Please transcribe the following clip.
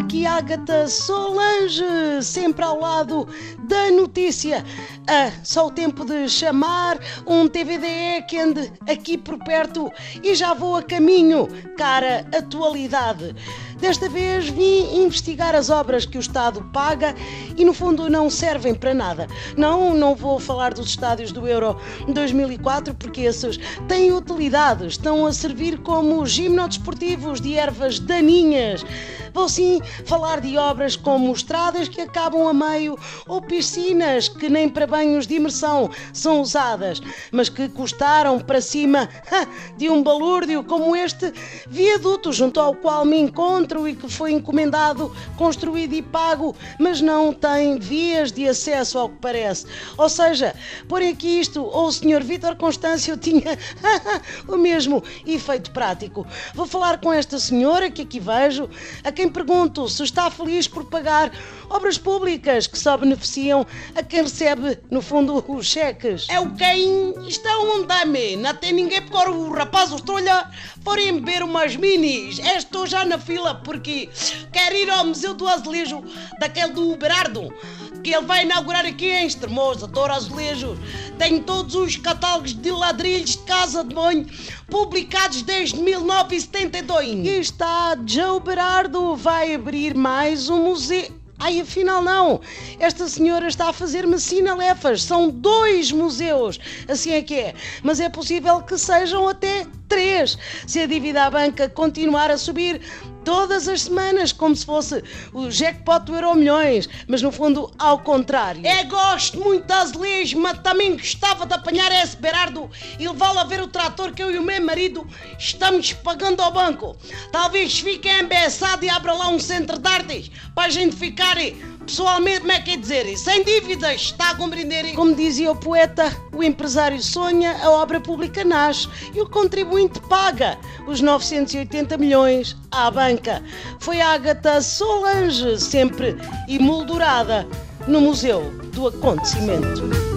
aqui Ágata Solange, sempre ao lado da notícia. Só o tempo de chamar um TVDE que ande aqui por perto e já vou a caminho, cara atualidade. Desta vez vim investigar as obras que o Estado paga e no fundo não servem para nada. Não vou falar dos estádios do Euro 2004 porque esses têm utilidade, estão a servir como gimnodesportivos de ervas daninhas. Vou sim falar de obras como estradas que acabam a meio ou piscinas que nem para banhos de imersão são usadas, mas que custaram para cima de um balúrdio como este viaduto junto ao qual me encontro e que foi encomendado, construído e pago, mas não tem vias de acesso ao que parece. Ou seja, porem aqui isto ou o Sr. Vítor Constâncio tinha o mesmo efeito prático. Vou falar com esta senhora que aqui vejo, a quem pergunto se está feliz por pagar obras públicas que só beneficiam a quem recebe, no fundo, os cheques. É o quem? Isto é um dame. Não tem ninguém porque o rapaz, os trolha, forem beber umas minis. Estou já na fila porque quero ir ao Museu do Azulejo, daquele do Berardo, que ele vai inaugurar aqui em Estremoz. Adoro azulejos. Tenho todos os catálogos de ladrilhos de casa de banho publicados desde 1972. E está, Joe Berardo vai abrir mais um museu. Afinal não, esta senhora está a fazer-me sinalefas, são 2 museus, assim é que é, mas é possível que sejam até 3, se a dívida à banca continuar a subir todas as semanas, como se fosse o jackpot do Euromilhões, mas no fundo ao contrário. Gosto muito de azulejo, mas também gostava de apanhar esse Berardo e levá-lo a ver o trator que eu e o meu marido estamos pagando ao banco. Talvez fique embeçado e abra lá um centro de artes para a gente ficar pessoalmente, como é que é dizer, sem dívidas, está a compreender? Como dizia o poeta, o empresário sonha, a obra pública nasce e o contribuinte paga os 980 milhões à banca. Foi a Ágata Solange, sempre emoldurada no Museu do Acontecimento.